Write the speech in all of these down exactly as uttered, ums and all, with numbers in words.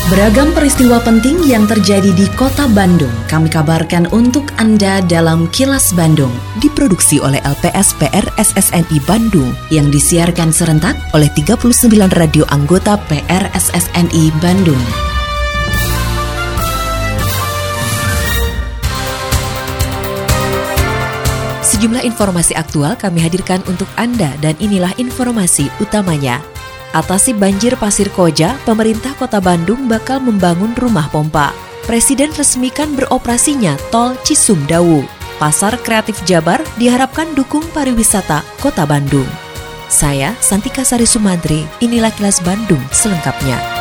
Beragam peristiwa penting yang terjadi di Kota Bandung kami kabarkan untuk Anda dalam Kilas Bandung. Diproduksi oleh L P S P R S S N I Bandung yang disiarkan serentak oleh tiga puluh sembilan radio anggota P R S S N I Bandung. Sejumlah informasi aktual kami hadirkan untuk Anda dan inilah informasi utamanya. Atasi banjir Pasir Koja, pemerintah Kota Bandung bakal membangun rumah pompa. Presiden resmikan beroperasinya Tol Cisumdawu. Pasar Kreatif Jabar diharapkan dukung pariwisata Kota Bandung. Saya Santika Sari Sumantri, inilah Kilas Bandung selengkapnya.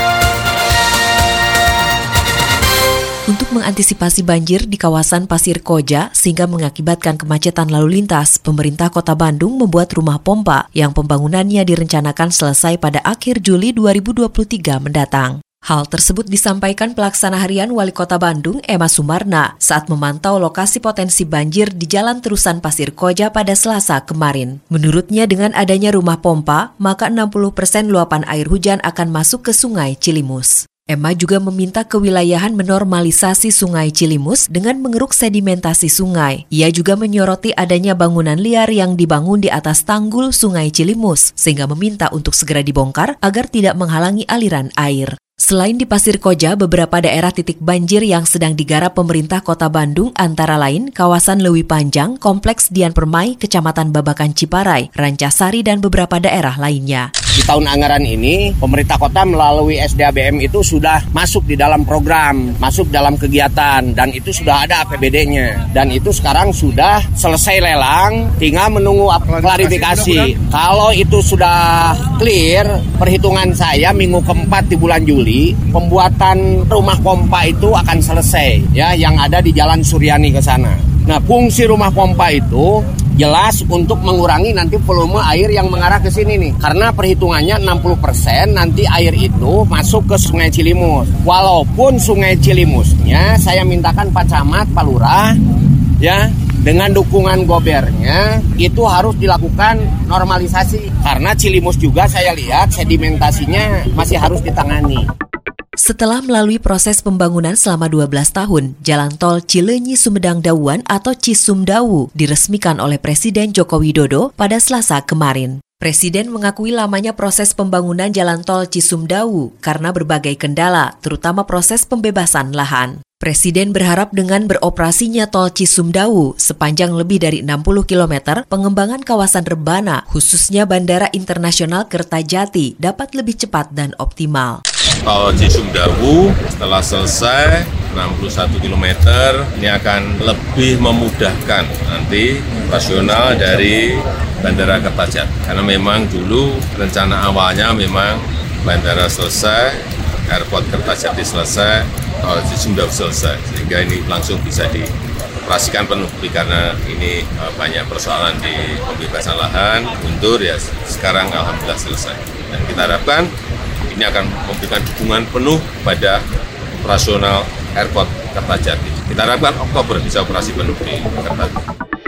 Untuk mengantisipasi banjir di kawasan Pasir Koja sehingga mengakibatkan kemacetan lalu lintas, pemerintah Kota Bandung membuat rumah pompa yang pembangunannya direncanakan selesai pada akhir Juli dua ribu dua puluh tiga mendatang. Hal tersebut disampaikan Pelaksana Harian Wali Kota Bandung, Emma Sumarna, saat memantau lokasi potensi banjir di Jalan Terusan Pasir Koja pada Selasa kemarin. Menurutnya dengan adanya rumah pompa, maka enam puluh persen luapan air hujan akan masuk ke Sungai Cilimus. Emma juga meminta kewilayahan menormalisasi Sungai Cilimus dengan mengeruk sedimentasi sungai. Ia juga menyoroti adanya bangunan liar yang dibangun di atas tanggul Sungai Cilimus, sehingga meminta untuk segera dibongkar agar tidak menghalangi aliran air. Selain di Pasir Koja, beberapa daerah titik banjir yang sedang digarap pemerintah Kota Bandung antara lain kawasan Lewi Panjang, Kompleks Dian Permai, Kecamatan Babakan Ciparai, Rancasari, dan beberapa daerah lainnya. Di tahun anggaran ini, pemerintah kota melalui S D A B M itu sudah masuk di dalam program, masuk dalam kegiatan, dan itu sudah ada A P B D-nya. Dan itu sekarang sudah selesai lelang, tinggal menunggu klarifikasi. Kalau itu sudah clear, perhitungan saya minggu keempat di bulan Juli, pembuatan rumah pompa itu akan selesai, ya, yang ada di Jalan Suryani ke sana. Nah, fungsi rumah pompa itu jelas untuk mengurangi nanti volume air yang mengarah ke sini nih. Karena perhitungannya enam puluh persen nanti air itu masuk ke Sungai Cilimus. Walaupun Sungai Cilimusnya saya mintakan Pak Camat, Pak Lurah, ya, dengan dukungan gobernya itu harus dilakukan normalisasi. Karena Cilimus juga saya lihat sedimentasinya masih harus ditangani. Setelah melalui proses pembangunan selama dua belas tahun, Jalan Tol Cileunyi-Sumedang Dawuan atau Cisumdawu diresmikan oleh Presiden Joko Widodo pada Selasa kemarin. Presiden mengakui lamanya proses pembangunan Jalan Tol Cisumdawu karena berbagai kendala, terutama proses pembebasan lahan. Presiden berharap dengan beroperasinya Tol Cisumdawu sepanjang lebih dari enam puluh kilometer, pengembangan kawasan rebana, khususnya Bandara Internasional Kertajati, dapat lebih cepat dan optimal. Tol Cisumdawu setelah selesai enam puluh satu kilometer ini akan lebih memudahkan nanti operasional dari Bandara Kertajati. Karena memang dulu rencana awalnya memang bandara selesai, airport Kertajati selesai, Tol Cisumdawu selesai, sehingga ini langsung bisa dioperasikan penuh. Karena ini banyak persoalan di pembebasan lahan, mundur ya, sekarang alhamdulillah selesai. Dan kita harapkan ini akan memberikan dukungan penuh pada operasional airport Kertajati. Kita harapkan Oktober bisa operasi penuh di Kertajati.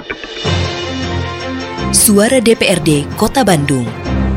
Suara D P R D Kota Bandung.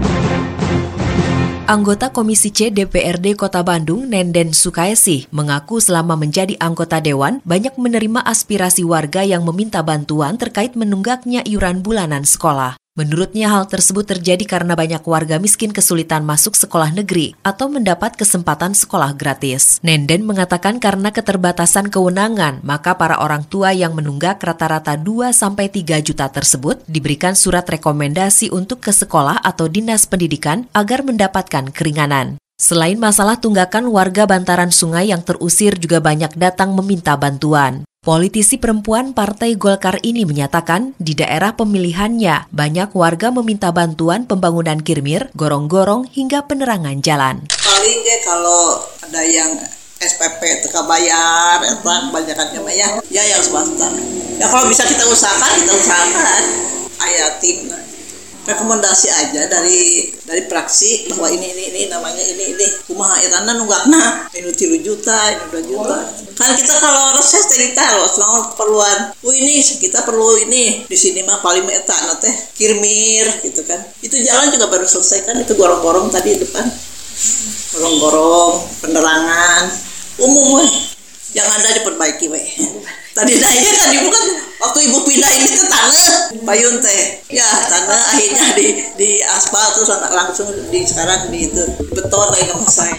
Anggota Komisi C D P R D Kota Bandung, Nenden Sukaesih, mengaku selama menjadi anggota Dewan banyak menerima aspirasi warga yang meminta bantuan terkait menunggaknya iuran bulanan sekolah. Menurutnya hal tersebut terjadi karena banyak warga miskin kesulitan masuk sekolah negeri atau mendapat kesempatan sekolah gratis. Nenden mengatakan karena keterbatasan kewenangan, maka para orang tua yang menunggak rata-rata dua sampai tiga juta tersebut diberikan surat rekomendasi untuk ke sekolah atau dinas pendidikan agar mendapatkan keringanan. Selain masalah tunggakan, warga bantaran sungai yang terusir juga banyak datang meminta bantuan. Politisi perempuan Partai Golkar ini menyatakan di daerah pemilihannya banyak warga meminta bantuan pembangunan kirmir, gorong-gorong hingga penerangan jalan. Paling deh kalau ada yang S P P teka bayar, eta kebanyakannya mah ya, ya yang swasta. Ya kalau bisa kita usahakan, kita usahakan. Aya tim rekomendasi aja dari dari praksi bahwa ini ini ini namanya ini ini kumaha eta nunggakna ini tiga juta ini dua juta. Kan kita kalau reses teh ditaruh selama perluan. Oh ini kita perlu ini di sini mah paling eta na teh kirmir gitu kan. Itu jalan juga baru selesai kan, itu gorong-gorong tadi depan. gorong-gorong, penerangan umum weh. Yang ada diperbaiki weh. Tadi daya kan ibu kan waktu ibu pindah ini ke tanah payun teh. Ya tanah akhirnya di di aspal terus langsung di sekarang di itu beton lagi selesai.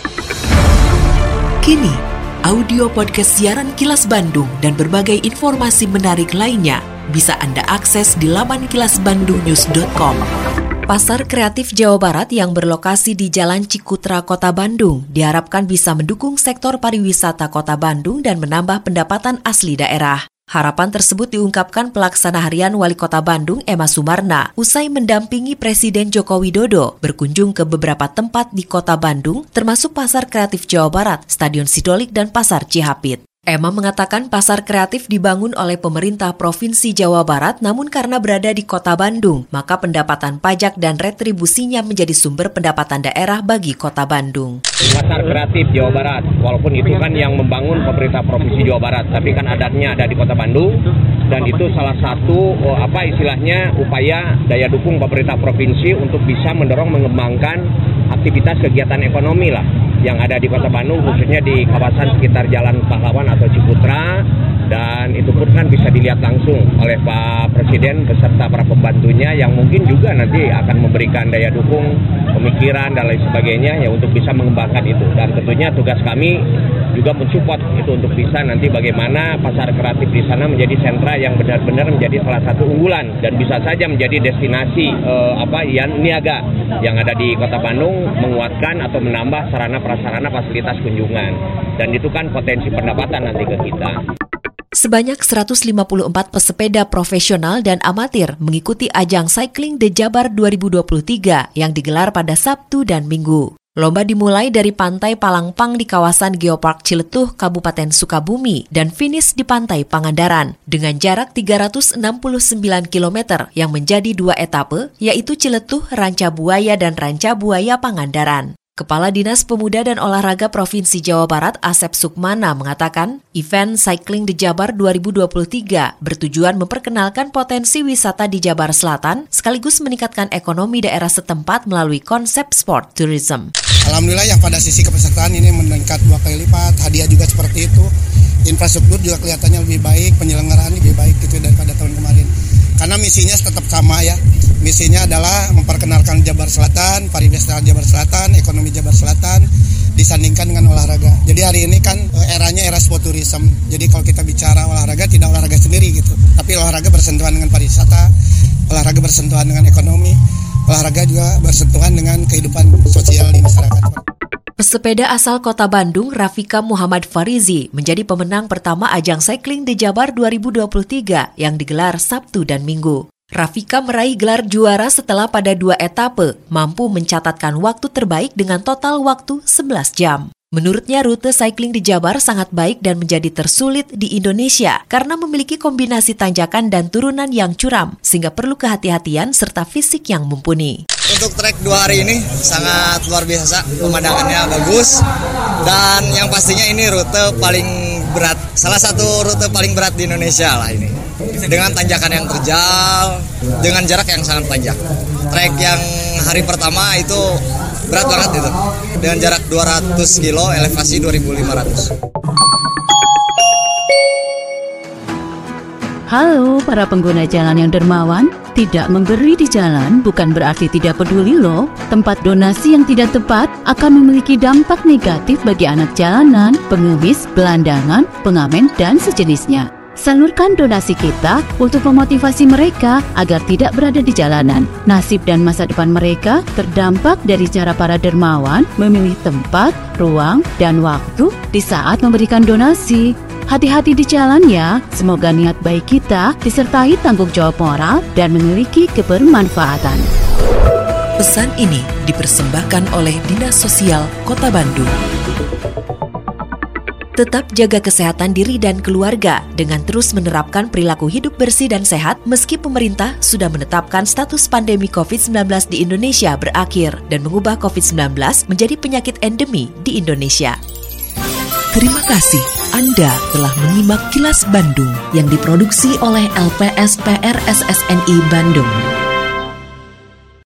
Kini audio podcast siaran Kilas Bandung dan berbagai informasi menarik lainnya bisa Anda akses di laman kilas bandung news dot com. Pasar Kreatif Jawa Barat yang berlokasi di Jalan Cikutra, Kota Bandung diharapkan bisa mendukung sektor pariwisata Kota Bandung dan menambah pendapatan asli daerah. Harapan tersebut diungkapkan pelaksana harian Wali Kota Bandung, Emma Sumarna, usai mendampingi Presiden Joko Widodo berkunjung ke beberapa tempat di Kota Bandung, termasuk Pasar Kreatif Jawa Barat, Stadion Sidolik, dan Pasar Cihapit. Emma mengatakan pasar kreatif dibangun oleh pemerintah Provinsi Jawa Barat, namun karena berada di Kota Bandung, maka pendapatan pajak dan retribusinya menjadi sumber pendapatan daerah bagi Kota Bandung. Pasar Kreatif Jawa Barat, walaupun itu kan yang membangun pemerintah Provinsi Jawa Barat, tapi kan adatnya ada di Kota Bandung, dan itu salah satu oh, apa istilahnya upaya daya dukung pemerintah provinsi untuk bisa mendorong mengembangkan aktivitas kegiatan ekonomi lah yang ada di Kota Bandung, khususnya di kawasan sekitar Jalan Pahlawan atau Cikutra, dan itu pun kan bisa dilihat langsung oleh Pak Presiden beserta para pembantunya yang mungkin juga nanti akan memberikan daya dukung, pemikiran dan lain sebagainya ya untuk bisa mengembangkan itu. Dan tentunya tugas kami juga mensupport itu untuk bisa nanti bagaimana pasar kreatif di sana menjadi sentra yang benar-benar menjadi salah satu unggulan dan bisa saja menjadi destinasi eh, apa yang niaga yang ada di Kota Bandung, menguatkan atau menambah sarana prasarana fasilitas kunjungan, dan itu kan potensi pendapatan nanti ke kita. Sebanyak seratus lima puluh empat pesepeda profesional dan amatir mengikuti ajang Cycling the Jabar dua ribu dua puluh tiga yang digelar pada Sabtu dan Minggu. Lomba dimulai dari Pantai Palangpang di kawasan Geopark Ciletuh, Kabupaten Sukabumi, dan finish di Pantai Pangandaran dengan jarak tiga ratus enam puluh sembilan kilometer yang menjadi dua etape, yaitu Ciletuh, Ranca Buaya, dan Ranca Buaya Pangandaran. Kepala Dinas Pemuda dan Olahraga Provinsi Jawa Barat, Asep Sukmana, mengatakan event Cycling the Jabar dua ribu dua puluh tiga bertujuan memperkenalkan potensi wisata di Jabar Selatan sekaligus meningkatkan ekonomi daerah setempat melalui konsep sport tourism. Alhamdulillah yang pada sisi kepesertaan ini meningkat dua kali lipat, hadiah juga seperti itu, infrastruktur juga kelihatannya lebih baik, penyelenggaraan lebih baik gitu daripada tahun kemarin. Karena misinya tetap sama ya, misinya adalah memperkenalkan Jabar Selatan, pariwisata Jabar Selatan, ekonomi Jabar Selatan, disandingkan dengan olahraga. Jadi hari ini kan eranya era sport tourism, jadi kalau kita bicara olahraga tidak olahraga sendiri gitu, tapi olahraga bersentuhan dengan pariwisata, olahraga bersentuhan dengan ekonomi, olahraga juga bersentuhan dengan kehidupan sosial di masyarakat. Pesepeda asal Kota Bandung, Rafika Muhammad Farizi, menjadi pemenang pertama ajang Cycling the Jabar dua ribu dua puluh tiga yang digelar Sabtu dan Minggu. Rafika meraih gelar juara setelah pada dua etape mampu mencatatkan waktu terbaik dengan total waktu sebelas jam. Menurutnya rute cycling di Jabar sangat baik dan menjadi tersulit di Indonesia karena memiliki kombinasi tanjakan dan turunan yang curam sehingga perlu kehati-hatian serta fisik yang mumpuni. Untuk trek dua hari ini sangat luar biasa, pemandangannya bagus dan yang pastinya ini rute paling berat, salah satu rute paling berat di Indonesia lah ini. Dengan tanjakan yang terjal, dengan jarak yang sangat panjang. Trek yang hari pertama itu berat banget itu. Dengan jarak dua ratus kilo, elevasi dua ribu lima ratus. Halo para pengguna jalan yang dermawan, tidak memberi di jalan bukan berarti tidak peduli loh. Tempat donasi yang tidak tepat akan memiliki dampak negatif bagi anak jalanan, pengemis, gelandangan, pengamen, dan sejenisnya. Salurkan donasi kita untuk memotivasi mereka agar tidak berada di jalanan. Nasib dan masa depan mereka terdampak dari cara para dermawan memilih tempat, ruang, dan waktu di saat memberikan donasi. Hati-hati di jalan ya, semoga niat baik kita disertai tanggung jawab moral dan memiliki kebermanfaatan. Pesan ini dipersembahkan oleh Dinas Sosial Kota Bandung. Tetap jaga kesehatan diri dan keluarga dengan terus menerapkan perilaku hidup bersih dan sehat meski pemerintah sudah menetapkan status pandemi covid sembilan belas di Indonesia berakhir dan mengubah covid sembilan belas menjadi penyakit endemi di Indonesia. Terima kasih Anda telah menyimak Kilas Bandung yang diproduksi oleh L P S P R S S N I Bandung.